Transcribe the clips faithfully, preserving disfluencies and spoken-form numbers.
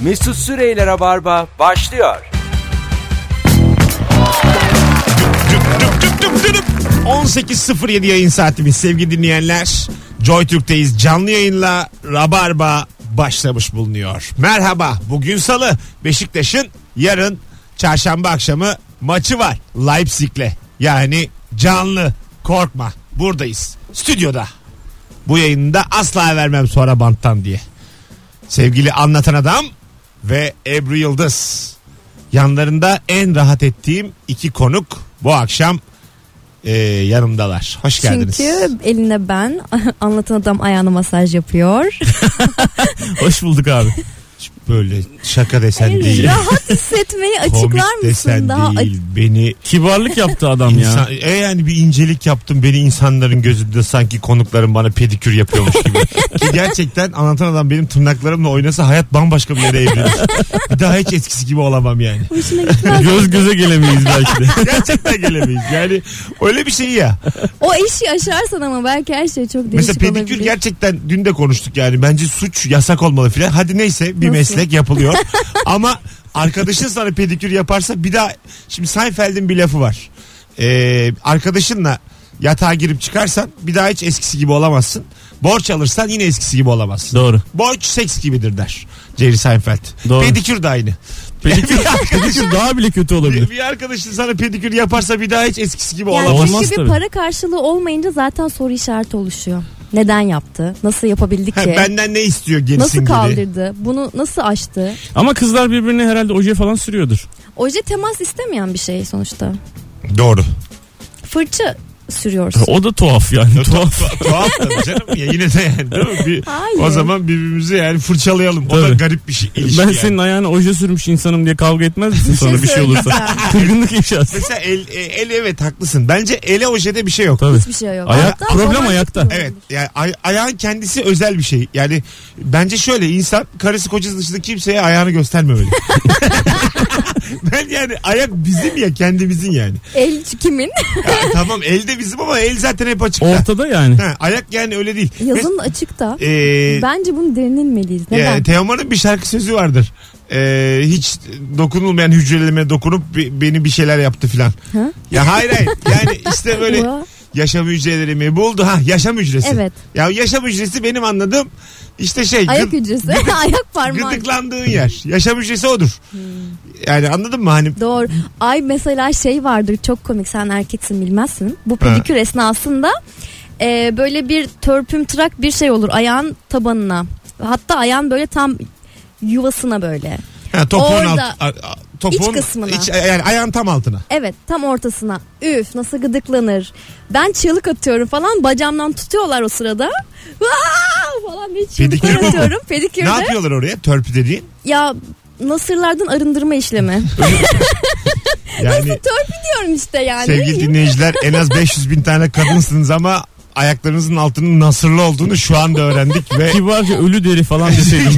Mesut Süreyler'e Barba başlıyor. on sekiz sıfır yedi yayın saatimiz sevgili dinleyenler. Joy Türk'teyiz. Canlı yayınla Rabarba başlamış bulunuyor. Merhaba. Bugün Salı. Beşiktaş'ın yarın çarşamba akşamı maçı var. Leipzig'le. Yani canlı. Korkma. Buradayız. Stüdyoda. Bu yayında asla vermem sonra banttan diye. Sevgili anlatan adam ve Ebru Yıldız. Yanlarında en rahat ettiğim iki konuk bu akşam e, yanımdalar. Hoş geldiniz. Çünkü eline ben, anlatan adam ayağına masaj yapıyor. Hoş bulduk abi. Böyle şaka desen Hayır, değil. rahat hissetmeyi açıklar Komik mısın? desen Daha değil. Beni Kibarlık yaptı adam insan, ya. E yani bir incelik yaptım. Beni insanların gözünde sanki konuklarım bana pedikür yapıyormuş gibi. Ki gerçekten anlatan adam benim tırnaklarımla oynasa hayat bambaşka bir yere evrilir. Bir daha hiç eskisi gibi olamam yani. hoşuna gitmez. Göz göze gelemeyiz belki de. Gerçekten gelemeyiz. Yani öyle bir şey ya. O eşi aşarsan ama belki her şey çok değişik Mesela pedikür olabilir. gerçekten dün de konuştuk yani. Bence suç, yasak olmalı filan. Hadi neyse bir Nasıl? meslek yapılıyor. Ama arkadaşın sana pedikür yaparsa bir daha, şimdi Seinfeld'in bir lafı var. Ee, arkadaşınla yatağa girip çıkarsan bir daha hiç eskisi gibi olamazsın. Borç alırsan yine eskisi gibi olamazsın. Doğru. Borç seks gibidir der Jerry Seinfeld. Doğru. Pedikür de aynı. Pedikür, pedikür daha bile kötü olabilir. Bir, bir arkadaşın sana pedikür yaparsa bir daha hiç eskisi gibi Yani olamaz. Olmaz çünkü bir tabii. para karşılığı olmayınca zaten soru işareti oluşuyor. Neden yaptı? Nasıl yapabildi ki? Ha, benden ne istiyor gerisin Nasıl gibi. kaldırdı? Bunu nasıl aştı? Ama kızlar birbirine herhalde oje falan sürüyordur. Oje temas istemeyen bir şey sonuçta. Doğru. Fırça sürüyorsun. O da tuhaf yani. Tuhaf, tuhaf. tuhaf tabii canım ya, yine de yani değil mi? Bir, Hayır. o zaman birbirimizi yani fırçalayalım. O da Tabii. garip bir şey. ilişki Ben yani. senin ayağına oje sürmüş insanım diye kavga etmez misin sonra bir şey olursa? söyleyeceğim. Kırgınlık yaşarsın. Mesela el, e, el evet haklısın. Bence ele ojede bir şey yok. Tabii. Hiçbir şey yok. Ayak- Hatta problem romantik ayakta. bir Evet yani ay- ayağın kendisi özel bir şey. Yani bence şöyle, insan karısı kocası dışında kimseye ayağını göstermemeli. Ben yani ayak bizim ya, kendimizin yani. El kimin? Ya, tamam el de bizim ama el zaten hep açıkta. Ortada yani. Ha, ayak yani öyle değil. Yazın açıkta. Ee, Bence bunu derinilmeliyiz. Neden? Yani Teoman'ın bir şarkı sözü vardır. Ee, hiç dokunulmayan hücrelerime dokunup be- beni bir şeyler yaptı filan. Ha? Ya hayır hayır. Yani işte böyle Bu- yaşam hücrelerimi buldu. Ha, yaşam hücresi. Evet. Ya yaşam hücresi benim anladığım işte şey. Ayak gı- hücresi. Ayak parmağı. Gıdıklandığın yer. Yaşam hücresi odur. Yani anladın mı hani? Doğru. Ay mesela şey vardır, çok komik, sen erkeksin bilmezsin. Bu pedikür esnasında e, böyle bir törpümtırak bir şey olur ayağın tabanına. Hatta ayağın böyle tam yuvasına böyle. Ha, topuğun Orada, alt, a- a- topuğun iç kısmına. iç- yani ayağın tam altına. Evet, tam ortasına. Üf, nasıl gıdıklanır. Ben çığlık atıyorum falan, bacağımdan tutuyorlar o sırada. Vaa! falan diye Pedikür çığlıklar mü bu? atıyorum. Ne Pedikürde. yapıyorlar oraya? Törpü dediğin. Ya nasırlardan arındırma işlemi. Yani Törpü diyorum işte yani. sevgili dinleyiciler, en az beş yüz bin tane kadınsınız ama ayaklarınızın altının nasırlı olduğunu şu anda öğrendik ve Kibarca ölü deri falan deseydin.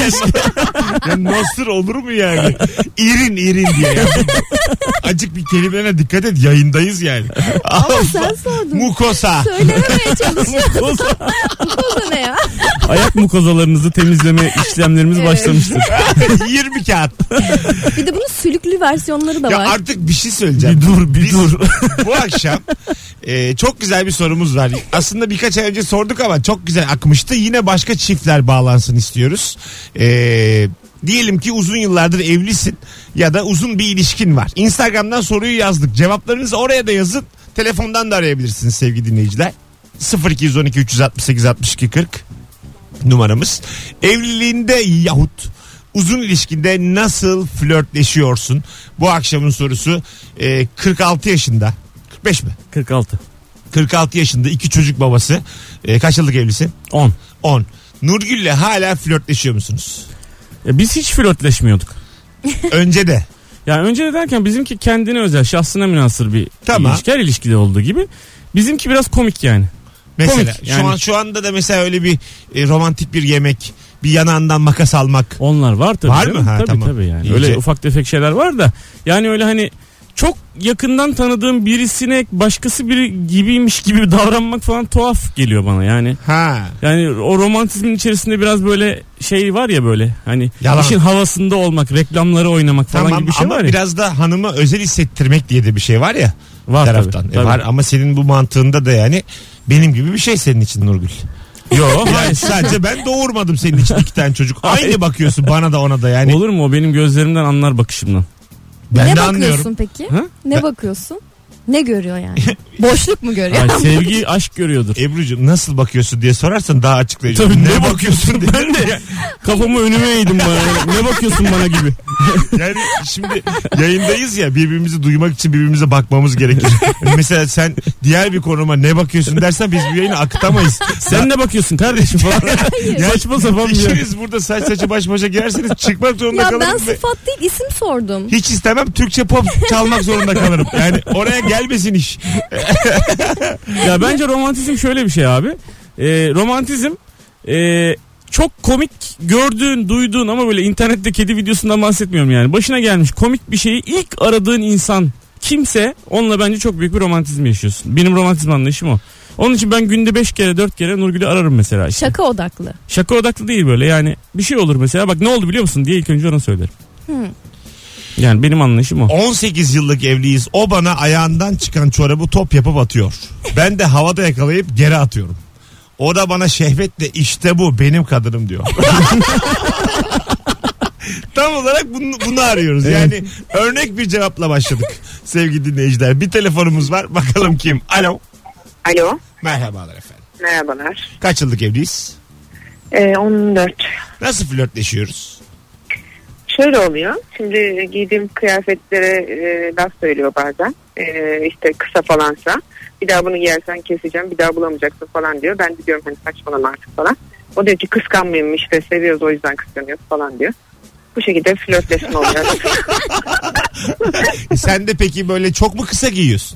ya nasır olur mu yani? İrin irin diye. Yani. Acık bir kelimelerine dikkat et, yayındayız yani. Ama sen sordun. Mukosa. Söylememeye çalışıyorum. Bu da ne ya? Ayak mukozalarınızı temizleme işlemlerimiz Evet. başlamıştır. yirmi kağıt. Bir de bunun sülüklü versiyonları da Ya var. artık bir şey söyleyeceğim. Bir dur bir Biz dur. bu akşam e, çok güzel bir sorumuz var. Aslında birkaç ay önce sorduk ama çok güzel akmıştı. Yine başka çiftler bağlansın istiyoruz. E, diyelim ki uzun yıllardır evlisin ya da uzun bir ilişkin var. Instagram'dan soruyu yazdık. Cevaplarınızı oraya da yazın. Telefondan da arayabilirsiniz sevgili dinleyiciler. sıfır iki on iki üç altı sekiz altmış iki kırk numaramız. Evliliğinde yahut uzun ilişkinde nasıl flörtleşiyorsun? Bu akşamın sorusu. e, kırk altı yaşında. kırk beş mi? kırk altı. kırk altı yaşında, iki çocuk babası. E, kaç yıllık evlisin? on. on. Nurgül'le hala flörtleşiyor musunuz? Ya biz hiç flörtleşmiyorduk. Önce de. Yani önce de derken bizimki kendine özel, şahsına münhasır bir Tamam. ilişki. Her ilişkide olduğu gibi. Bizimki biraz komik yani. Mesela Komik, yani. şu an şu anda da mesela öyle bir e, romantik bir yemek, bir yanağından makas almak. Onlar var tabii. Var canım. mı? Ha, tabii tamam. tabii yani. İyice. Öyle ufak tefek şeyler var da yani öyle hani çok yakından tanıdığım birisine başkası biri gibiymiş gibi davranmak falan tuhaf geliyor bana yani. Ha. Yani o romantizmin içerisinde biraz böyle şey var ya, böyle hani Yalan. işin havasında olmak, reklamları oynamak falan Tamam, gibi bir şey ama var ya. biraz da hanıma özel hissettirmek diye de bir şey var ya. Var taraftan. tabii, E tabii. var ama senin bu mantığında da yani benim gibi bir şey senin için Nurgül. Yok Yani hayır. sadece ben doğurmadım senin için iki tane çocuk. Aynı bakıyorsun bana da ona da yani. Olur mu, o benim gözlerimden anlar bakışımdan. Ben ne de bakıyorsun anlıyorum. peki? Ha? Ne Ben- bakıyorsun? Ne görüyor yani? Boşluk mu görüyor? Ay, sevgi aşk görüyordur. Ebru'cum nasıl bakıyorsun diye sorarsan daha açıklayıcı. Tabii, ne bakıyorsun diye. Ben de kafamı önüme eğdim bana. Ne bakıyorsun bana gibi. Yani şimdi yayındayız ya, birbirimizi duymak için birbirimize bakmamız gerekir. Mesela sen diğer bir konuma ne bakıyorsun dersen biz bu yayını akıtamayız. Sen ne bakıyorsun kardeşim falan. Saçma sapan bir yer. İkiniz burada saç saça baş başa girerseniz çıkmak zorunda Ya ben kalırım. ve sıfat değil isim sordum. Hiç istemem, Türkçe pop çalmak zorunda kalırım. Yani oraya gelmesin iş. Ya bence romantizm şöyle bir şey abi. Ee, romantizm e, çok komik gördüğün, duyduğun ama böyle internette kedi videosundan bahsetmiyorum yani. Başına gelmiş komik bir şeyi ilk aradığın insan kimse, onunla bence çok büyük bir romantizm yaşıyorsun. Benim romantizm anlayışım o. Onun için ben günde beş kere dört kere Nurgül'ü ararım mesela. Işte. Şaka odaklı. Şaka odaklı değil böyle, yani bir şey olur mesela, bak ne oldu biliyor musun diye ilk önce ona söylerim. Hmm. Yani benim anlayışım o. on sekiz yıllık evliyiz. O bana ayağından çıkan çorabı top yapıp atıyor. Ben de havada yakalayıp geri atıyorum. O da bana şehvetle işte bu benim kadınım diyor. Tam olarak bunu, bunu arıyoruz. Yani örnek bir cevapla başladık sevgili dinleyiciler. Bir telefonumuz var. Bakalım kim? Alo. Alo. Merhabalar efendim. Merhabalar. Kaç yıllık evliyiz? Ee, on dört. Nasıl flörtleşiyoruz? Şöyle oluyor. Şimdi giydiğim kıyafetlere e, laf söylüyor bazen. E, işte kısa falansa. Bir daha bunu giyersen keseceğim. Bir daha bulamayacaksın falan diyor. Ben de diyorum hani saçmalama artık falan. O diyor ki kıskanmayayım işte, seviyoruz o yüzden kıskanıyoruz falan diyor. Bu şekilde flörtleşme oluyor. Sen de peki böyle çok mu kısa giyiyorsun?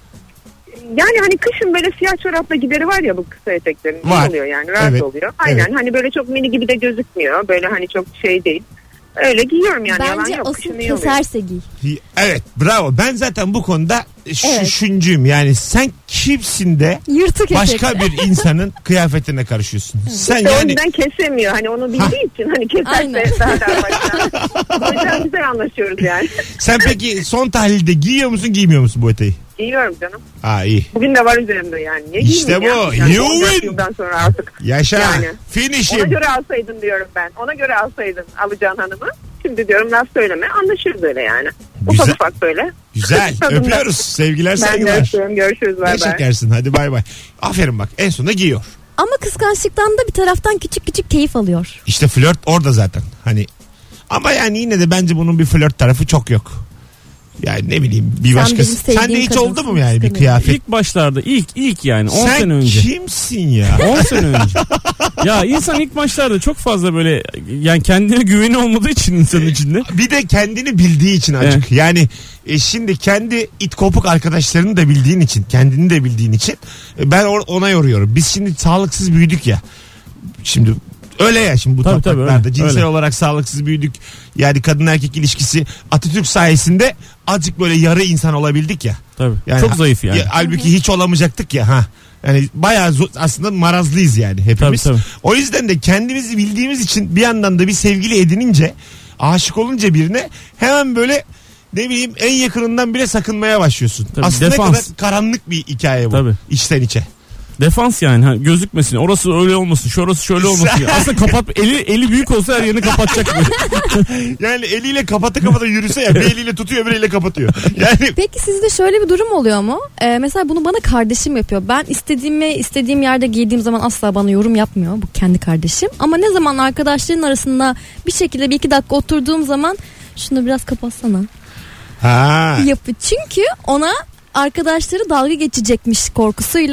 Yani hani kışın böyle siyah çorapla gideri var ya bu kısa eteklerin. Var. Ne oluyor yani, rahat Evet. oluyor. Aynen Evet. hani böyle çok mini gibi de gözükmüyor. Böyle hani çok şey değil. Öyle giyiyorum yani, yalan Bence yok. asıl Kışın iyi oluyor. keserse giy. Evet, bravo. Ben zaten bu konuda şu, Evet. şuncuyum. Yani sen kimsin de Yırtık başka etek. bir insanın kıyafetine karışıyorsun. Sen İşte o yani yüzden kesemiyor. Hani onu bildiği için hani keserse Aynen. daha daha başlar. O yüzden güzel anlaşıyoruz yani. sen peki son tahlilde giyiyor musun giymiyor musun bu eteği? Giyiyorum canım. Aa iyi. Bugün de var üzerimde yani. Niye İşte giymeyeyim bu. ya? Yani You on dört win. yıldan sonra artık. Yaşa. Yani. Ona Finish'im. göre alsaydın diyorum ben. Ona göre alsaydın alacağın hanımı. Şimdi diyorum laf söyleme. Anlaşırız öyle yani. Güzel. Ufak ufak böyle. Güzel. Tadında. Öpüyoruz. Sevgiler Ben de saygılar. öpüyorum. Görüşürüz. Bay Ne bay. şekersin. Hadi bay bay. Aferin bak. En sonunda giyiyor. Ama kıskançlıktan da bir taraftan küçük küçük keyif alıyor. İşte flört orada zaten. Hani ama yani yine de bence bunun bir flört tarafı çok yok. Yani ne bileyim bir Sen başkası. benim sevdiğim Sen de hiç kadınsın, oldu mu yani bir kıskanıyorum. kıyafet? İlk başlarda ilk ilk yani on Sen sene önce. kimsin ya? on sene önce. Ya insan ilk başlarda çok fazla böyle, yani kendine güveni olmadığı için insanın içinde. Bir de kendini bildiği için acık. Yani e, şimdi kendi it kopuk arkadaşlarını da bildiğin için, kendini de bildiğin için e, ben or- ona yoruyorum. Biz şimdi sağlıksız büyüdük ya. Şimdi öyle ya, şimdi bu Tabii, tabii, topraklarda öyle, cinsel öyle. olarak sağlıksız büyüdük. Yani kadın erkek ilişkisi Atatürk sayesinde azıcık böyle yarı insan olabildik ya. Tabii. Yani, çok zayıf yani. Ya, halbuki hiç olamayacaktık ya ha. Yani bayağı zo- aslında marazlıyız yani hepimiz. Tabii, tabii. O yüzden de kendimizi bildiğimiz için bir yandan da bir sevgili edinince, aşık olunca birine hemen böyle ne bileyim en yakınından bile sakınmaya başlıyorsun. Tabii, aslında defans. ne kadar karanlık bir hikaye bu. Tabii. İçten içe. Defans yani, ha, gözükmesin. Orası öyle olmasın. Şurası şöyle olmasın. Ya. Aslında kapat, eli eli büyük olsa her yerini kapatacak böyle. Yani eliyle kapata kapata yürüse ya, bir eliyle tutuyor bir eliyle kapatıyor. Yani Peki sizde şöyle bir durum oluyor mu? Ee, mesela bunu bana kardeşim yapıyor. Ben istediğimi istediğim yerde giydiğim zaman asla bana yorum yapmıyor. Bu kendi kardeşim. Ama ne zaman arkadaşların arasında bir şekilde bir iki dakika oturduğum zaman şunu biraz kapatsana ha. yapıyor. Çünkü ona arkadaşları dalga geçecekmiş korkusuyla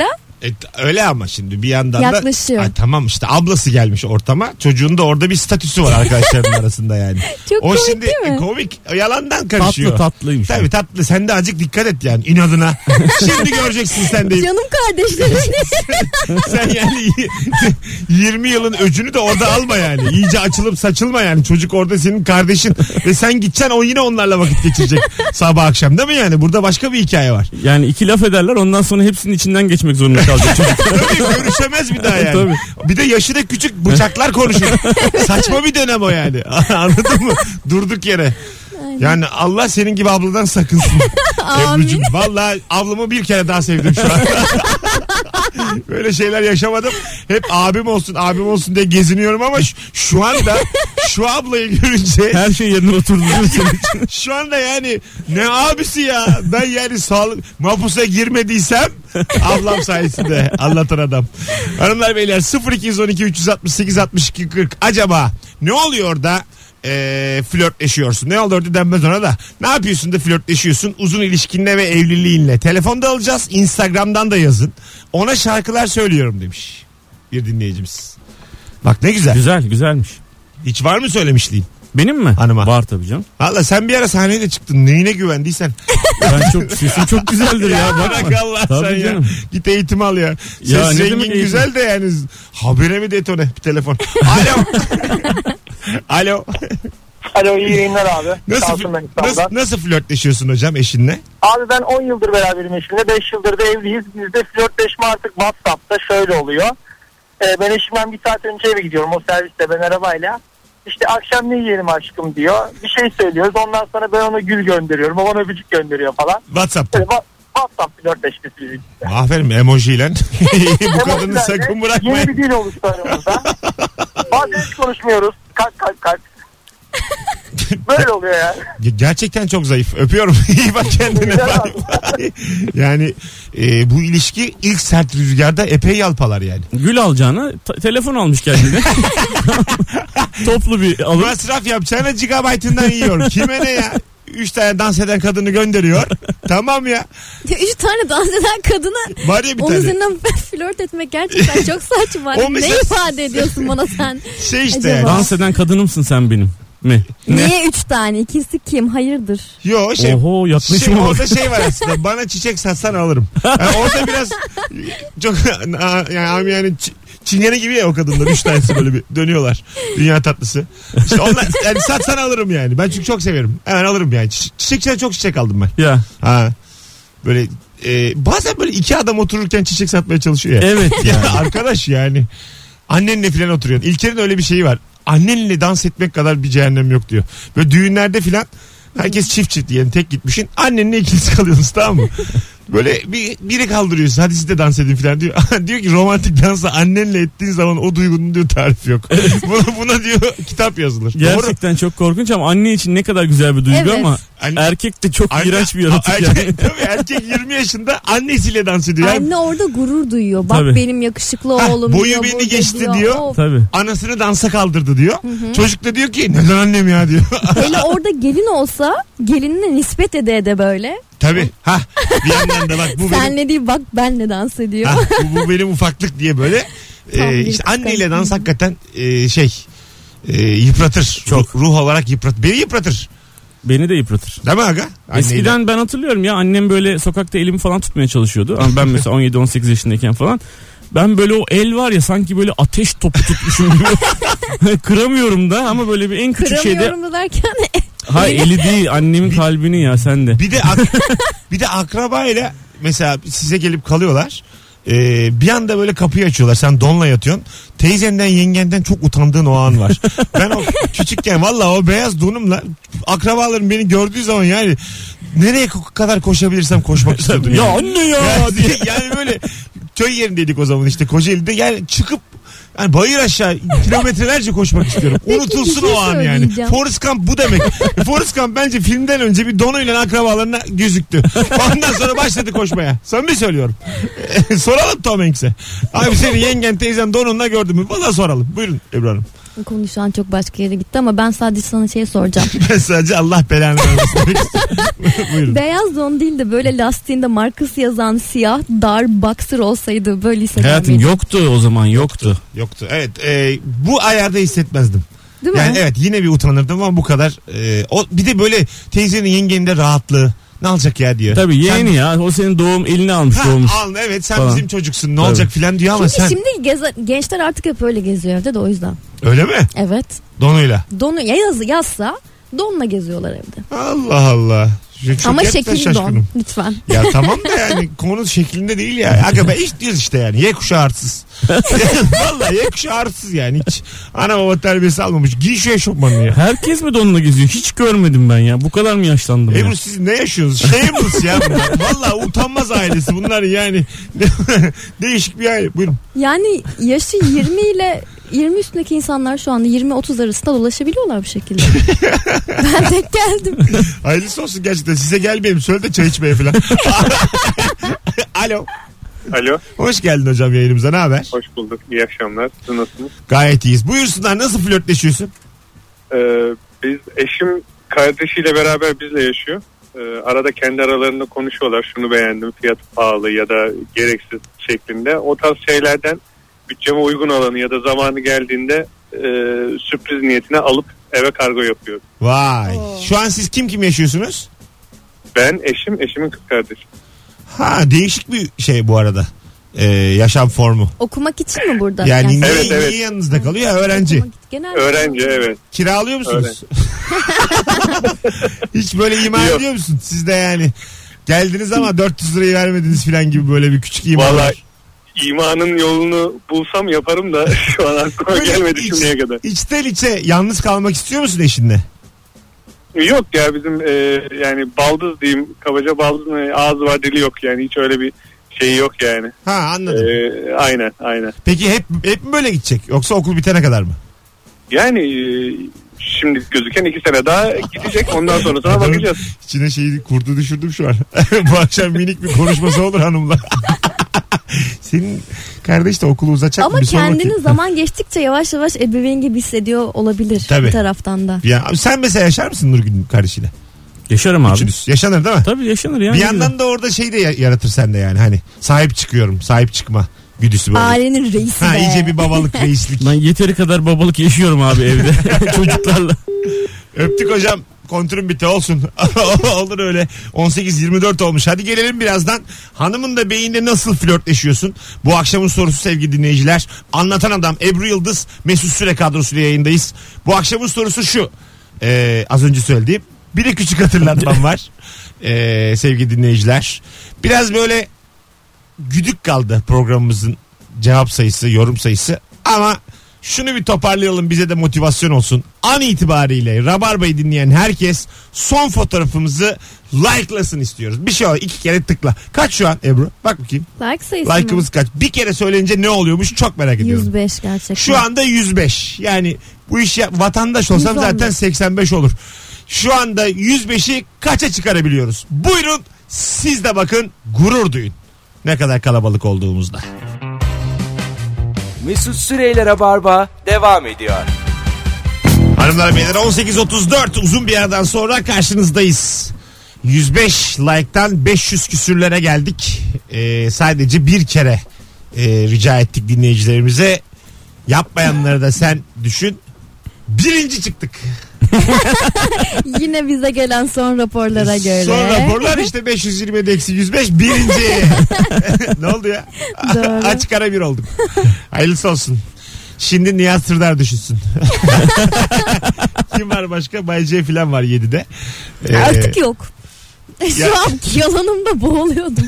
E, öyle ama şimdi bir yandan Yaklaşıyor. da ay, tamam işte ablası gelmiş ortama. Çocuğun da orada bir statüsü var arkadaşlarının arasında yani. Çok o komik şimdi değil mi? komik yalandan karışıyor. Tatlı tatlıymış. Tabii tatlı. Sen de azıcık dikkat et yani inadına. Şimdi göreceksin sen de. Canım kardeşlerim. Sen yani yirmi yılın öcünü de orada alma yani. İyice açılıp saçılma yani. Çocuk orada senin kardeşin. Ve sen gideceksin o yine onlarla vakit geçirecek. Sabah akşam değil mi yani? Burada başka bir hikaye var. Yani iki laf ederler ondan sonra hepsinin içinden geçmek zorunda kalacak çocuk. Tabii görüşemez bir daha yani. Tabii. Bir de yaşı da küçük bıçaklar konuşur. Saçma bir dönem o yani. Anladın mı? Durduk yere. Yani Allah senin gibi abladan sakınsın. Ebru'cum. Vallahi ablamı bir kere daha sevdim şu an. Böyle şeyler yaşamadım. Hep abim olsun abim olsun diye geziniyorum ama şu, şu anda şu ablayı görünce Her şey yerine oturdu değil mi senin için? şu anda yani ne abisi ya ben yani sağlık mapusa girmediysem ablam sayesinde anlatan adam. Hanımlar beyler sıfır iki on iki üç altı sekiz altmış iki kırk acaba ne oluyor da e, flörtleşiyorsun? Ne oluyor da denmez ona da. Ne yapıyorsun da flörtleşiyorsun? Uzun ilişkinle ve evliliğinle. Telefonda alacağız. Instagram'dan da yazın. Ona şarkılar söylüyorum demiş bir dinleyicimiz. Bak ne güzel. Güzel güzelmiş. Hiç var mı söylemişliğin? Benim mi? Hanıma. Var tabii canım. Valla sen bir ara sahneye de çıktın. Neyine güvendiysen. Ben çok sesim çok güzeldir ya. Ya Bakma. bırak Allah Tabii sen canım. ya. Git eğitim al ya. Ses Ya ne zengin demek eğitim? güzel de yani habire mi detone bir telefon. Alo. Alo. Alo iyi yayınlar abi. Nasıl, Kalsın ben fl- İstanbul'dan. nasıl, nasıl flörtleşiyorsun hocam eşinle? Abi ben on yıldır beraberim eşimle. beş yıldır da evliyiz. Bizde flörtleşme artık WhatsApp'ta şöyle oluyor. Ee, ben eşimden bir saat önce eve gidiyorum. O serviste ben arabayla. İşte akşam ne yiyelim aşkım diyor. Bir şey söylüyoruz. Ondan sonra ben ona gül gönderiyorum. O bana öpücük gönderiyor falan. WhatsApp'ta. Böyle wa- WhatsApp flörtleşmesi bizim. Aferin emojiyle. Bu kadını Emojilerle sakın Yeni bırakmayın. bir dil oluştu aramızda. Bazen hiç konuşmuyoruz. Kalk kalk kalk. Böyle oluyor yani. Ge- Gerçekten çok zayıf. Öpüyorum. İyi bak kendine. Güzel Bye bye. Yani e, bu ilişki ilk sert rüzgarda epey yalpalar yani. Gül alacağına ta- telefon almış kendine. Toplu bir alım. Masraf yapacağına gigabaytından yiyor. Kime ne ya? Üç tane dans eden kadını gönderiyor. Tamam ya. Üç tane dans eden kadına Var ya bir onun tane. üzerinden flört etmek gerçekten çok saçma. O mesela- Ne ifade ediyorsun bana sen? Şey işte Acaba? yani. Dans eden kadınımsın sen benim. Mi? Niye üç tane? İkisi kim? Hayırdır? Yo şey. Oho Şey, yaklaşıma bak. orada şey var aslında. Bana çiçek satsan alırım. Yani orada biraz çok yani yani ç- çingene gibi ya o kadınlar. Üç tanesi böyle bir dönüyorlar. Dünya tatlısı. İşte onlar yani satsan alırım yani. Ben çünkü çok severim. Hemen alırım yani. Çi- Çiçekçiden çok çiçek aldım ben. Ya. Ha. Böyle e, bazen böyle iki adam otururken çiçek satmaya çalışıyor ya. Evet Ya ya. arkadaş yani. Annenle falan oturuyorsun. İlker'in öyle bir şeyi var. Annenle dans etmek kadar bir cehennem yok diyor. Böyle düğünlerde filan herkes çift çift yani tek gitmişin. Annenle ikiniz kalıyorsunuz tamam mı? Böyle bir, biri kaldırıyorsun. Hadi siz de dans edin filan diyor. Diyor ki romantik dansa annenle ettiğin zaman o duygunun diyor tarifi yok. buna, buna diyor kitap yazılır. Doğru. Gerçekten çok korkunç ama anne için ne kadar güzel bir duygu Evet. ama Anne- erkek de çok Anne- iğrenç bir yaratık erkek, yani. Tabii erkek yirmi yaşında annesiyle dans ediyor. Yani Anne orada gurur duyuyor. Bak Tabii. benim yakışıklı Hah, oğlum boyu diyor. beni burada geçti diyor. Of. Tabii. anasını dansa kaldırdı diyor. Çocuk da diyor ki neden annem ya diyor. Hele orada gelin olsa gelinine nispet ede ede böyle. Tabii. Ha bir yandan da bak bu benim Senle değil bak benle dans ediyor. ha, bu, bu benim ufaklık diye böyle Tam e, bir işte anneyle kıskanç. dans hakikaten e, şey e, yıpratır. Çok. Ruh, ruh olarak yıprat. Beni yıpratır. Beni de yıpratır. Değil mi aga? Anneyle. Eskiden ben hatırlıyorum ya annem böyle sokakta elimi falan tutmaya çalışıyordu. Ama ben mesela on yedi on sekiz yaşındayken falan. Ben böyle o el var ya sanki böyle ateş topu tutmuşum gibi. Kıramıyorum da ama böyle bir en küçük şeyde. Kıramıyorum da derken Ha eli değil annemin kalbini ya sen de. Bir de ak- bir de akrabayla mesela size gelip kalıyorlar. Ee, bir anda böyle kapıyı açıyorlar. Sen donla yatıyorsun. Teyzenden yengenden çok utandığın o an var. Ben o küçükken valla o beyaz donumla akrabalarım beni gördüğü zaman yani nereye ko- kadar koşabilirsem koşmak istiyordum. Ya yani. anne ya. Ya diye- yani böyle köy yerindeydik o zaman işte Kocaeli'de yani çıkıp yani bayır aşağı kilometrelerce koşmak istiyorum. Peki, Unutulsun bir şey o an yani. söyleyeceğim. Forrest Gump bu demek. Forrest Gump bence filmden önce bir donuyla akrabalarına gözüktü. Ondan sonra başladı koşmaya. Samimi söylüyorum. Soralım Tom Hanks'e. Abi senin yengen teyzen donunla gördün mü? Valla soralım. Buyurun Ebru Hanım. Konu şu an çok başka yere gitti ama ben sadece sana şey soracağım. Ben sadece Allah belanı vermesin. Buyurun. Beyaz don değil de böyle lastiğinde markası yazan siyah dar boxer olsaydı böyle hisseder Hayatım miydin? yoktu o zaman, yoktu. Yoktu. Evet. E, bu ayarda hissetmezdim. Değil mi? Yani evet, yine bir utanırdım ama bu kadar. E, o bir de böyle teyzenin, yengenin de rahatlığı. Ne olacak ya diyor. Tabii yeğeni Sen- ya, o senin doğum elini almış Ha, doğmuş. al, evet sen Falan. bizim çocuksun, ne Tabii. olacak filan diyor ama Çünkü sen şimdi geze- gençler artık hep öyle geziyor evde de o yüzden. öyle mi? Evet. Donuyla. Donu ya yaz, yazsa donla geziyorlar evde. Allah Allah. Çok Ama gerçekten şekilli don şaşkınım. lütfen. Ya tamam da yani konu şeklinde değil ya. Aga ben hiç diyoruz işte yani. Y kuşağı artsız. Vallahi Y kuşağı artsız yani. Hiç ana baba terbiyesi almamış. Giy şu eşofmanını ya. Herkes mi donla geziyor? Hiç görmedim ben ya. Bu kadar mı yaşlandım ya? Ebru siz ne yaşıyorsunuz? Shameless ya bunlar. Vallahi utanmaz ailesi bunlar yani. Değişik bir aile. Buyurun. Yani yaşı yirmi ile yirmi üstündeki insanlar şu anda yirmi otuz arasında dolaşabiliyorlar bu şekilde. Ben tek geldim. Hayırlısı olsun gerçekten. Size gelmeyeyim. Söyle de çay içmeye falan. Alo. Alo. Hoş geldin hocam yayınımıza. Ne haber? Hoş bulduk. İyi akşamlar. Siz nasılsınız? Gayet iyiyiz. Buyursunlar. Nasıl flörtleşiyorsun? Ee, biz eşim kardeşiyle beraber bizle yaşıyor. Ee, arada kendi aralarında konuşuyorlar. Şunu beğendim, fiyatı pahalı ya da gereksiz şeklinde. O tarz şeylerden bütçeme uygun olanı ya da zamanı geldiğinde e, sürpriz niyetine alıp eve kargo yapıyor. Vay. Şu an siz kim kim yaşıyorsunuz? Ben, eşim, eşimin kız kardeşi. Ha, değişik bir şey bu arada. Ee, yaşam formu. Okumak için mi burada? Yani niye, Evet, evet. niye yanınızda kalıyor? Ya, öğrenci. Okumak- genelde- Öğrenci, evet. Kiralıyor musunuz? Hiç böyle ima Yok. ediyor musun? Siz de yani geldiniz ama dört yüz lirayı vermediniz falan gibi böyle bir küçük ima Vallahi var. imanın yolunu bulsam yaparım da şu an aklıma Böyle gelmedi iç- şimdiye kadar. İçten içe yalnız kalmak istiyor musun eşinle? Yok ya, bizim e, yani baldız diyeyim, kabaca baldız mı, ağzı var dili yok yani, hiç öyle bir şey yok yani. Ha, anladım. E, aynen aynen. Peki hep hep mi böyle gidecek? Yoksa okul bitene kadar mı? Yani e, şimdi gözüken iki sene daha gidecek, ondan sonrasına bakacağız. İçine şeyi kurdu düşürdüm şu an. Bu akşam minik bir konuşması olur hanımla. Senin kardeş de okulu uzatacak Ama mı? Bir sor kendini bakayım. zaman geçtikçe yavaş yavaş ebeveyn gibi hissediyor olabilir Tabii. bir taraftan da. Ya, sen mesela yaşar mısın Nurgül kardeşiyle? Yaşarım abi. Üçünüz. Yaşanır değil mi? Tabii yaşanır ya. Bir Ne yandan güzel. da orada şey de yaratır sende yani, hani sahip çıkıyorum, sahip çıkma güdüsü böyle. Ailenin reisi Ha, be. iyice bir babalık, reislik. Ben yeteri kadar babalık yaşıyorum abi evde çocuklarla. Öptük hocam. Kontürüm bitti, olsun. Olur öyle. on sekiz yirmi dört olmuş. Hadi gelelim birazdan. Hanımın da beyinde nasıl flörtleşiyorsun? Bu akşamın sorusu sevgili dinleyiciler. Anlatan Adam Ebru Yıldız Mesut Süre kadrosuyla yayındayız. Bu akşamın sorusu şu. Ee, az önce söylediğim. Bir de küçük hatırlatmam var. Ee, sevgili dinleyiciler. Biraz böyle güdük kaldı programımızın cevap sayısı, yorum sayısı. Ama şunu bir toparlayalım, bize de motivasyon olsun. An itibariyle Rabarba'yı dinleyen herkes son fotoğrafımızı like'lasın istiyoruz. Bir şey ol, iki kere tıkla. Kaç şu an Ebru? Bak bakayım. Like sayısı Like'ımız kaç? Bir kere söyleyince ne oluyormuş çok merak mı? ediyorum. yüz beş gerçekten. Şu anda yüz beş. Yani bu iş yap, vatandaş olsam yüz on beş. zaten seksen beş olur. Şu anda yüz beşi kaça çıkarabiliyoruz? Buyurun siz de bakın, gurur duyun. Ne kadar kalabalık olduğumuzda. Mesut Süreyler'e barba devam ediyor. Hanımlar beyler, on sekiz otuz dört uzun bir yerden sonra karşınızdayız. yüz beş like'tan beş yüz küsürlere geldik. Ee, sadece bir kere e, rica ettik dinleyicilerimize. Yapmayanları da sen düşün. Birinci çıktık. Yine bize gelen son raporlara göre. Son raporlar işte beş yüz yirmi eksi yüz beş birinci. Ne oldu ya? Doğru. Açık ara bir olduk. Hayırlısı olsun. Şimdi Nihat Sırdar düşünsün. Kim var başka? Bay C falan var yedide. Ee, Artık yok. Şu ya- an yalanımda boğuluyordum.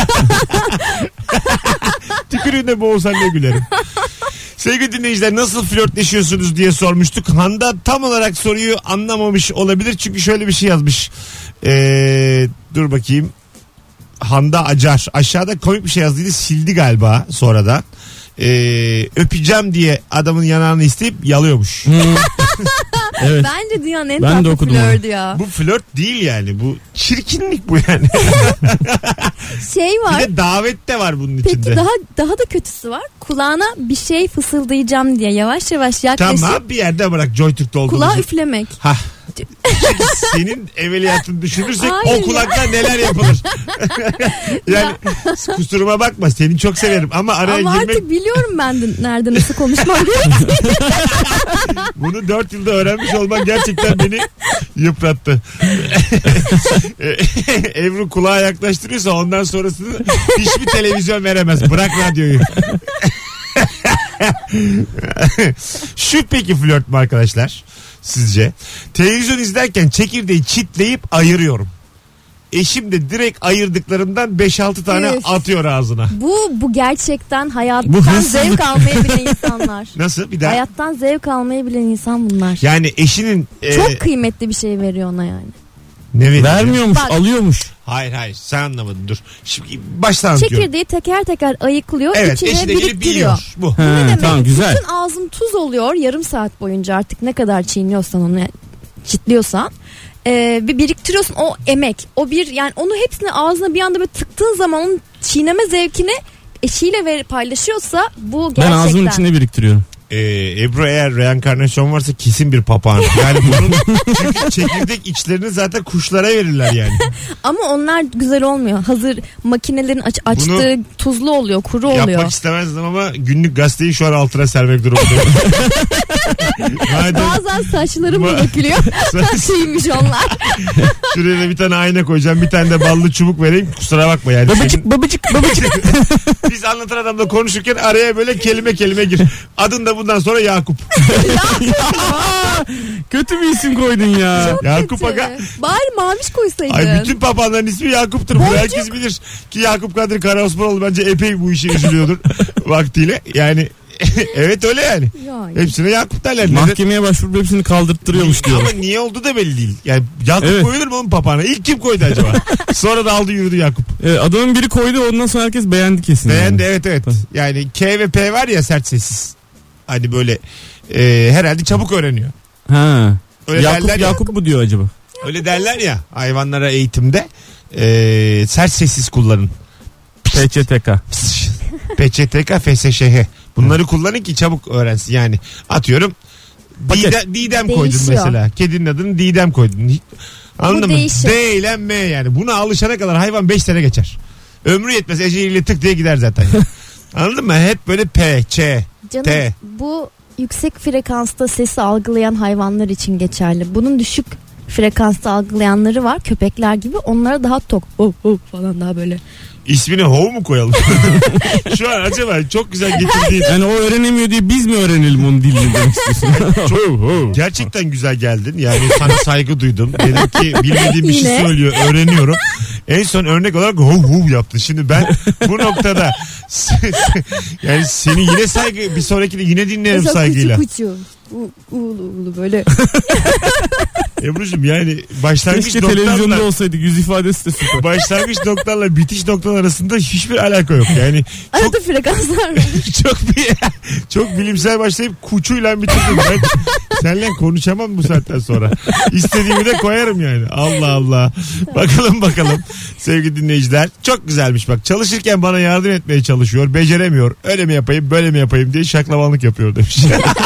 Tükürüğünde boğulsan ne gülerim. Sevgili dinleyiciler, nasıl flörtleşiyorsunuz diye sormuştuk. Handa tam olarak soruyu anlamamış olabilir. Çünkü şöyle bir şey yazmış. Ee, dur bakayım. Handa Acar. Aşağıda komik bir şey yazdıydı. Sildi galiba sonradan. Ee, öpeceğim diye adamın yanağını isteyip yalıyormuş. Evet. Bence dünyanın en Ben de tatlı okudum flörtü ya. Bu flört değil yani. Bu çirkinlik bu yani. Şey Bir var. de davet de var bunun içinde. Peki daha daha da kötüsü var. Kulağına bir şey fısıldayacağım diye yavaş yavaş yaklaşıp Tamam, bir yerde bırak JoyTürk'te olduğumuzu. kulağa üflemek. Hah. Senin evveliyatını düşünürsek Hayır o ya. kulakla neler yapılır. Yani kusuruma bakma, seni çok severim ama araya Ama girmek, artık biliyorum ben de nerede nasıl konuşmam gerektiğini. bunu dört yılda öğrenmiş olman gerçekten beni yıprattı. Ebru kulağa yaklaştırıyorsa ondan sonrasını hiçbir televizyon veremez. Bırak radyoyu. Şu peki flört mü arkadaşlar sizce? Televizyon izlerken çekirdeği çitleyip ayırıyorum. Eşim de direkt ayırdıklarımdan beş altı tane Üf. atıyor ağzına. Bu bu gerçekten Bu hayattan hırsızlık. zevk almayı bilen insanlar. Nasıl? Bir daha. Hayattan zevk almayı bilen insan bunlar. Yani eşinin e, Çok kıymetli bir şey veriyor ona yani. ne veriyor? Vermiyormuş, Bak. alıyormuş. Hayır hayır, sen anlamadın, dur. Şimdi baştan anlatıyorum. Çekirdeği teker teker ayıklıyor, Evet, içine eşi de gelip biriktiriyor. yiyor. Bu. Ha, Ne demek? tamam, güzel. Bütün ağzın tuz oluyor yarım saat boyunca, artık ne kadar çiğniyorsan onu, yani çitliyorsan. Ee, bir biriktiriyorsun o emek. O bir, yani onu hepsini ağzına bir anda böyle tıktığın zaman onun çiğneme zevkini eşiyle ver, paylaşıyorsa bu Ben gerçekten. ağzımın içine biriktiriyorum. Ee, Ebru, eğer reenkarnasyon varsa kesin bir papağan. Yani bunun çünkü çekirdek içlerini zaten kuşlara verirler yani. Ama onlar güzel olmuyor. Hazır makinelerin aç, açtığı Bunu tuzlu oluyor, kuru oluyor. Yapmak istemezdim ama günlük gazeteyi şu an altına sermek durumundayım. Madem Bazen saçlarım da Ma- dökülüyor. Şeymiş onlar. şuraya da bir tane ayna koyacağım, bir tane de ballı çubuk vereyim, kusura bakma yani. Babacık Senin- babacık babacık. Biz anlatan adamla konuşurken araya böyle kelime kelime gir. Adın da bundan sonra Yakup. Kötü bir isim koydun ya. Yakup Aga. Bari maviş koysaydın. Ay, bütün papağanların ismi Yakup'tur. Bunu herkes bilir. Ki Yakup Kadri Karaosmanoğlu bence epey bu işe üzülüyordur vaktiyle. Yani evet öyle yani. Yani. Hepsine Yakup derler. Neden? Mahkemeye başvurup hepsini kaldırttırıyormuş diyor. Ama niye oldu da belli değil. Yani Yakup Evet. koyulur mu onun papağana? İlk kim koydu acaba? Sonra da aldı yürüdü Yakup. Evet, adamın biri koydu, ondan sonra herkes beğendi kesin. Beğendi, yani. evet evet. Yani K ve P var ya, sert sessiz. Hani böyle e, herhalde çabuk öğreniyor. Ha. Öyle Yakup derler ya. Yakup mu diyor acaba? Öyle derler ya hayvanlara eğitimde. E, sert sessiz kullanın. P Ç T K. P Ç T K, F S Ş H. Bunları kullanın ki çabuk öğrensin. Yani atıyorum Paket. Didem, Didem koydun Değişiyor. mesela. Kedinin adını Didem koydun. Anladın mı? değişir. D ile M yani. Buna alışana kadar hayvan beş sene geçer. Ömrü yetmez. Eceliyle tık diye gider zaten. Yani. Anladın mı? Hep böyle P, Ç, Canım, T. bu yüksek frekansta sesi algılayan hayvanlar için geçerli. Bunun düşük frekansta algılayanları var, köpekler gibi. Onlara daha tok. Oh, oh falan daha böyle. İsmini Hov mu koyalım? Şu an acaba çok güzel getirdiğin, Yani o öğrenemiyor diye biz mi öğrenelim onun dilini demek istiyorsun? çok gerçekten güzel geldin. Yani sana saygı duydum. Dedim ki bilmediğim bir şey Yine. söylüyor. Öğreniyorum. En son örnek olarak hov hov yaptın. Şimdi ben bu noktada yani seni yine saygı, bir sonrakini yine dinlerim Mesela saygıyla. Kuçu kuçu. U- Uğulu uğulu böyle. Ebru'cum yani başlangıç Keşke televizyonda noktanla olsaydı, yüz ifadesi de süper. başlangıç noktalarla bitiş noktalar arasında hiçbir alaka yok. Yani çok Arada frekanslar var. çok bir çok bilimsel başlayıp kuçuyla bitirdim. Ben seninle konuşamam bu saatten sonra. İstediğimi de koyarım yani. Allah Allah. Bakalım bakalım sevgili dinleyiciler. Çok güzelmiş bak. Çalışırken bana yardım etmeye çalışıyor. Beceremiyor. Öyle mi yapayım böyle mi yapayım diye şaklavanlık yapıyor demiş.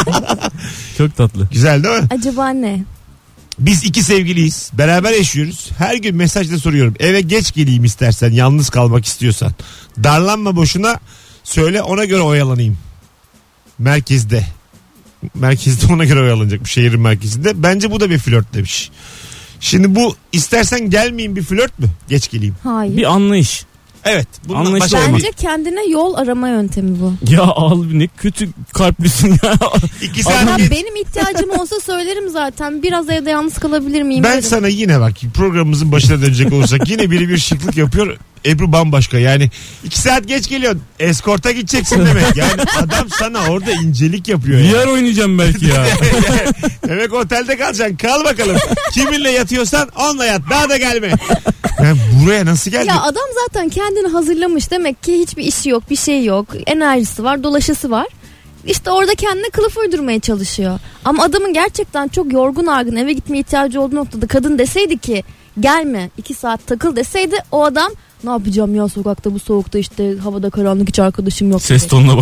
Çok tatlı. Güzel değil mi? Acaba ne? Biz iki sevgiliyiz. Beraber yaşıyoruz. Her gün mesajda soruyorum. Eve geç geleyim istersen, yalnız kalmak istiyorsan. Darlanma boşuna, söyle ona göre oyalanayım. Merkezde. Merkezde ona göre oyalanacak bu, şehrin merkezinde. Bence bu da bir flört demiş. Şimdi bu istersen gelmeyeyim bir flört mü? Geç geleyim. Hayır. Bir anlayış. Evet. Bundan Anlaşılır başka Bence kendine yol arama yöntemi bu. Ya abi ne kötü kalplisin ya. iki Ama saat geç. benim ihtiyacım olsa söylerim zaten. Biraz evde yalnız kalabilir miyim? Ben derim. sana yine bak, programımızın başına dönecek olursak yine biri bir şıklık yapıyor. Ebru bambaşka yani. iki saat geç geliyorsun. Eskorta gideceksin demek. Yani adam sana orada incelik yapıyor. Yani. V R oynayacağım belki ya. Demek otelde kalacaksın. Kal bakalım. Kiminle yatıyorsan onunla yat. Daha da gelme. Yani buraya nasıl geldin? Ya adam zaten kendini hazırlamış. Demek ki hiçbir işi yok, bir şey yok. Enerjisi var, dolaşısı var. işte orada kendine kılıf uydurmaya çalışıyor. Ama adamın gerçekten çok yorgun argın eve gitmeye ihtiyacı olduğu noktada kadın deseydi ki gelme iki saat takıl deseydi, o adam ne yapacağım ya sokakta bu soğukta, işte havada karanlık, hiç arkadaşım yok. Ses tonuna bak.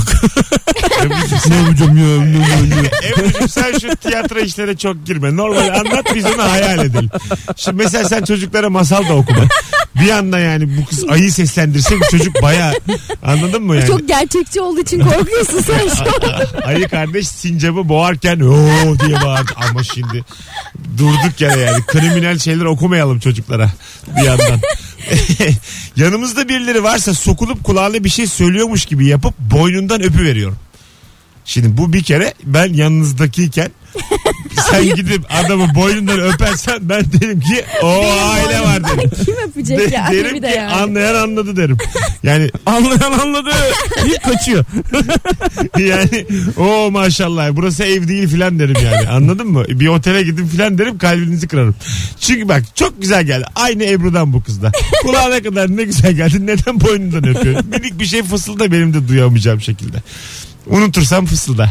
Ne yapacağım ya? Ebru'cum sen şu tiyatro işlere çok girme. Normal anlat, biz onu hayal edelim. Şimdi mesela sen çocuklara masal da okuma. Bir anda yani bu kız ayı seslendirse bu çocuk baya, anladın mı yani? Çok gerçekçi olduğu için korkuyorsun sen şu an. Ayı kardeş sincabı boğarken ooo diye bağırdı. Ama şimdi durduk yere yani kriminal şeyler okumayalım çocuklara bir yandan. Yanımızda birileri varsa sokulup kulağına bir şey söylüyormuş gibi yapıp boynundan öpüveriyorum. Şimdi bu bir kere, ben yanınızdakiyken sen gidip adamı boynundan öpersen ben derim ki o aile var derim. Kim öpecek De, ya? derim Bir de ki yani. anlayan anladı derim. Yani Anlayan anladı deyip kaçıyor. yani o maşallah burası ev değil filan derim yani, anladın mı? Bir otele gidin filan derim, kalbinizi kırarım. Çünkü bak çok güzel geldi. Aynı Ebru'dan bu kızda. Kulağına kadar ne güzel geldi. Neden boynundan öpüyorum? Minik bir şey fısılda, benim de duyamayacağım şekilde. Unutursam fısılda.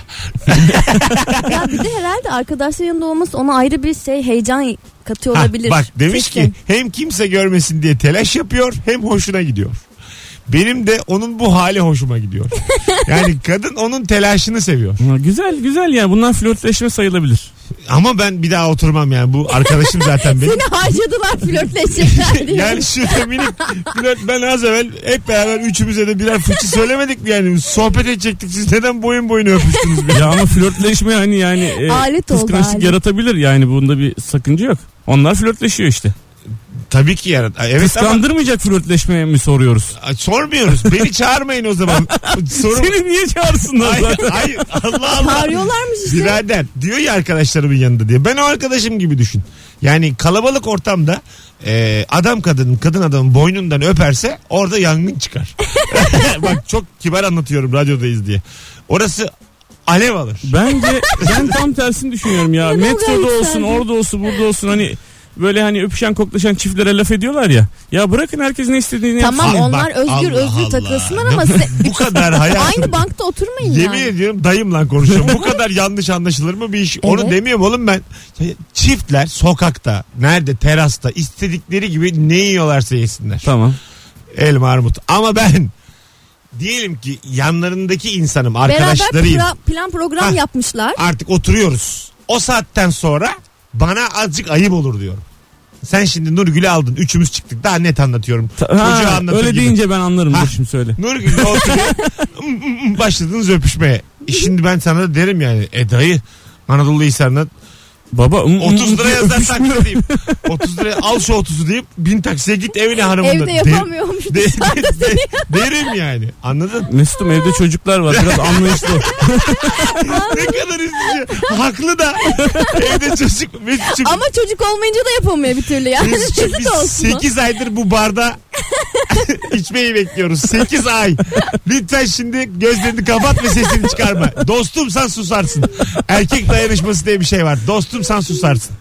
Ya bir de herhalde arkadaşlar yanında olması ona ayrı bir şey, heyecan katıyor olabilir. Ha, bak demiş Kesin. ki hem kimse görmesin diye telaş yapıyor, hem hoşuna gidiyor. Benim de onun bu hali hoşuma gidiyor. Yani kadın onun telaşını seviyor. Ha, güzel güzel ya, bundan flörtleşme sayılabilir. Ama ben bir daha oturmam yani, bu arkadaşım zaten benim. Seni harcadılar flörtleşecekler diye. Yani şurada minik flört, ben az evvel hep beraber üçümüze de birer fıçı söylemedik mi yani? Sohbet edecektik, siz neden boyun boyuna öpüştünüz beni? Ya ama flörtleşme hani yani e, Alet oldu, kıskançlık alet. yaratabilir yani, bunda bir sakınca yok. Onlar flörtleşiyor işte. Tabii ki yarat. Evet ama Kıskandırmayacak flörtleşmeye mi soruyoruz? sormuyoruz. Beni çağırmayın o zaman. Sorum... Seni niye çağırsınlar Hayır, zaten? hayır, Allah Allah. Çağırıyorlarmış işte. Birader diyor ya arkadaşlarımın yanında diye. Ben o arkadaşım gibi düşün. Yani kalabalık ortamda e, adam kadının, kadın adamın boynundan öperse orada yangın çıkar. Bak çok kibar anlatıyorum, radyodayız diye. Orası alev alır. Bence ben tam tersini düşünüyorum ya. Neden Metroda gayet olsun, güzeldi? orada olsun, burada olsun, hani böyle hani öpüşen koklaşan çiftlere laf ediyorlar ya. Ya bırakın herkes ne istediğini Tamam yapsın. Ay, onlar bak, özgür Allah özgür Allah. takılsınlar Ne ama bu- se- bu kadar hayatım. aynı bankta oturmayın Yemin yani. ediyorum dayımla konuşuyorum. Bu kadar yanlış anlaşılır mı bir iş? Onu Evet. demiyorum oğlum ben. Çiftler sokakta, nerede, terasta istedikleri gibi ne yiyorlarsa yesinler. Tamam. Elma armut. Ama ben diyelim ki yanlarındaki insanım, Beraber arkadaşlarıyım. pra- plan program Ha. yapmışlar. Artık oturuyoruz. O saatten sonra bana azıcık ayıp olur diyorum. Sen şimdi Nurgül'ü aldın. Üçümüz çıktık. Daha net anlatıyorum. Ta- Çocuğa ha, anlatır öyle gibi. deyince ben anlarım. Ha. Dur şimdi söyle. Nurgül oturuyor. Başladınız öpüşmeye. E şimdi ben sana da derim yani. E dayı Anadolu Hisarı'na Baba ım, ım, otuz lira ım, yazar öpüşmüyor. taksi diyeyim. otuz liraya al şu otuzu deyip bin taksiye git evine hanımında. Evde yapamıyormuş. De, de, de, derim yani. Anladın? Mesut'um evde çocuklar var. Biraz anlayışlı. Ne kadar üzücü. Haklı da. Evde çocuk. Mesut'cum, Ama çocuk olmayınca da yapamıyor bir türlü yani. Mesut'cum, Çocuk biz olsun. sekiz aydır bu barda içmeyi bekliyoruz. sekiz ay. Lütfen şimdi gözlerini kapat ve sesini çıkarma. Dostum sen susarsın. Erkek dayanışması diye bir şey var. Dostum sen susarsın.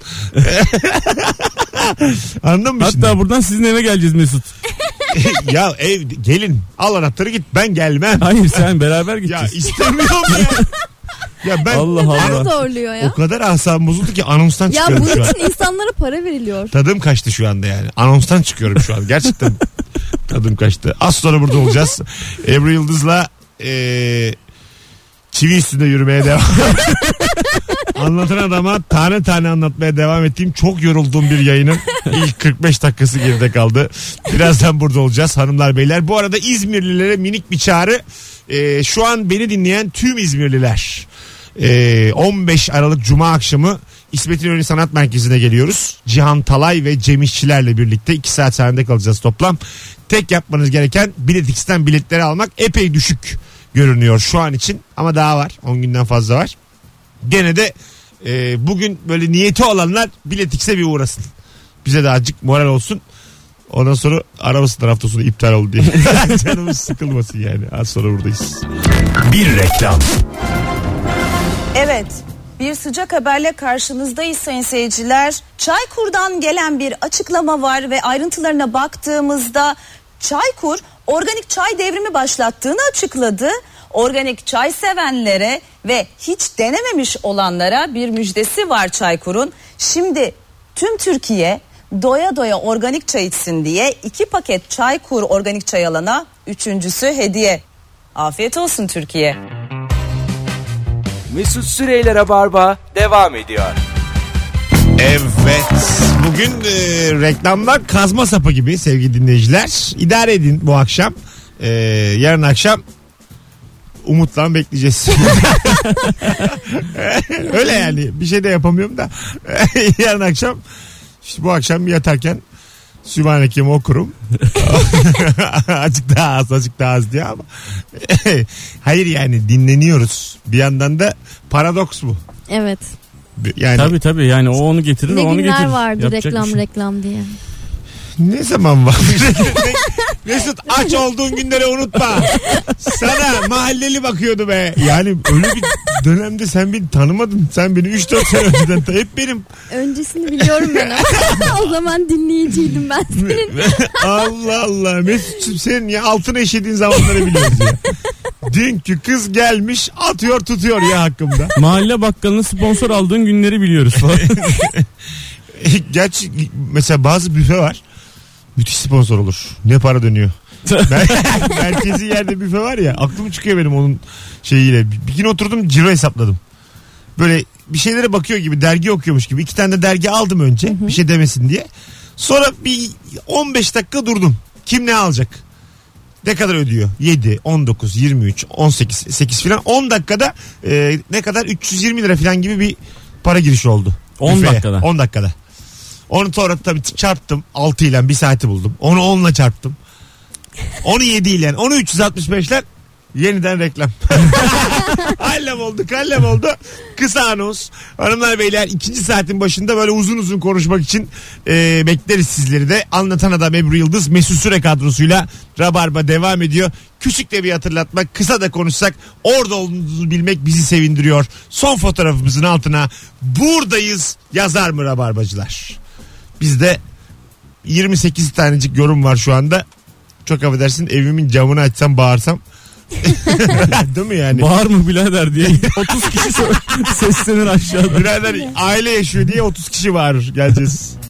Anladın mı şimdi? Hatta buradan sizin eve geleceğiz Mesut. Ya ev gelin al anahtarı git, ben gelmem. Hayır sen beraber Ya gideceğiz. istemiyorum ya. Ya ben Allah Allah. Nasıl zorluyor ya? o kadar asabım bozuldu ki anonstan Ya çıkıyorum bunun şu an. için insanlara para veriliyor. Tadım kaçtı şu anda yani. Anonstan çıkıyorum şu an. Gerçekten tadım kaçtı. Az sonra burada olacağız. Ebru Yıldız'la eee çivi üstünde yürümeye devam. Anlatan adama tane tane anlatmaya devam ettiğim çok yorulduğum bir yayının ilk kırk beş dakikası geride kaldı. Birazdan burada olacağız hanımlar beyler. Bu arada İzmirlilere minik bir çağrı. Ee, şu an beni dinleyen tüm İzmirliler. Ee, on beş Aralık Cuma akşamı İsmet İnönü Sanat Merkezi'ne geliyoruz. Cihan Talay ve Cem İşçilerle birlikte iki saat sahnede kalacağız toplam. Tek yapmanız gereken Bilet X'ten biletleri almak. Epey düşük görünüyor şu an için ama daha var, on günden fazla var. Gene de e, bugün böyle niyeti olanlar Bilet X'e bir uğrasın. Bize de azıcık moral olsun. Ondan sonra aramasınlar hafta sonu iptal oldu diye. Canımız sıkılmasın yani. Az sonra buradayız. Bir reklam. Evet, bir sıcak haberle karşınızdayız sayın seyirciler. Çaykur'dan gelen bir açıklama var ve ayrıntılarına baktığımızda Çaykur organik çay devrimi başlattığını açıkladı. Organik çay sevenlere ve hiç denememiş olanlara bir müjdesi var Çaykur'un. Şimdi tüm Türkiye doya doya organik çay içsin diye iki paket Çaykur organik çay alana üçüncüsü hediye. Afiyet olsun Türkiye. Mesut Süreyler'e barba devam ediyor. Evet. Bugün e, reklamlar kazma sapı gibi sevgili dinleyiciler. İdare edin bu akşam. E, yarın akşam umutla bekleyeceğiz. Öyle yani. Bir şey de yapamıyorum da. Yarın akşam işte bu akşam yatarken Sübhanekemi okurum. Azıcık daha az, azıcık daha az diye ama. Hayır yani dinleniyoruz. Bir yandan da paradoks bu. Evet. Yani Tabii tabii yani o onu getirir Ne o onu günler getirir. vardı Yapacak reklam bir şey. reklam diye. ne zaman var? Mesut aç olduğun günleri unutma. Sana mahalleli bakıyordu be. Yani öyle bir dönemde sen beni tanımadın. Sen beni üç dört sene önceden ta- hep benim. Öncesini biliyorum ben ama. O zaman dinleyiciydim ben senin. Allah Allah. Mesut'cum senin ya altına eşediğin zamanları biliyoruz ya. Dünkü kız gelmiş atıyor tutuyor ya hakkımda. Mahalle bakkalının sponsor aldığın günleri biliyoruz falan. Gerçi mesela bazı büfe var. Müthiş sponsor olur. Ne para dönüyor. Ben, merkezi yerde büfe var ya aklım çıkıyor benim onun şeyiyle. Bir gün oturdum ciro hesapladım. Böyle bir şeylere bakıyor gibi dergi okuyormuş gibi. İki tane de dergi aldım önce hı hı. bir şey demesin diye. Sonra bir on beş dakika durdum. Kim ne alacak? Ne kadar ödüyor? yedi, on dokuz, yirmi üç, on sekiz, sekiz filan. on dakikada e, ne kadar? üç yüz yirmi lira filan gibi bir para girişi oldu. on Büfeye. dakikada. on dakikada. Onu sonra tabii çarptım. altı ile bir saati buldum. Onu on ile çarptım. Onu yedi ile. Onu üç yüz altmış beşler. Yeniden reklam. Hallem oldu, kallem oldu. Kısa anons. Hanımlar beyler ikinci saatin başında böyle uzun uzun konuşmak için e, bekleriz sizleri de. Anlatan Adam Ebru Yıldız Mesut Süre kadrosuyla Rabarba devam ediyor. Küçük de bir hatırlatmak, kısa da konuşsak orada olduğunuzu bilmek bizi sevindiriyor. Son fotoğrafımızın altına buradayız yazar mı Rabarbacılar? Bizde yirmi sekiz tanecik yorum var şu anda. Çok affedersin evimin camını açsam bağırsam. Değil mi yani? Bağır mı birader diye otuz kişi seslenir aşağıda. Birader aile yaşıyor diye otuz kişi bağırır. Geleceğiz.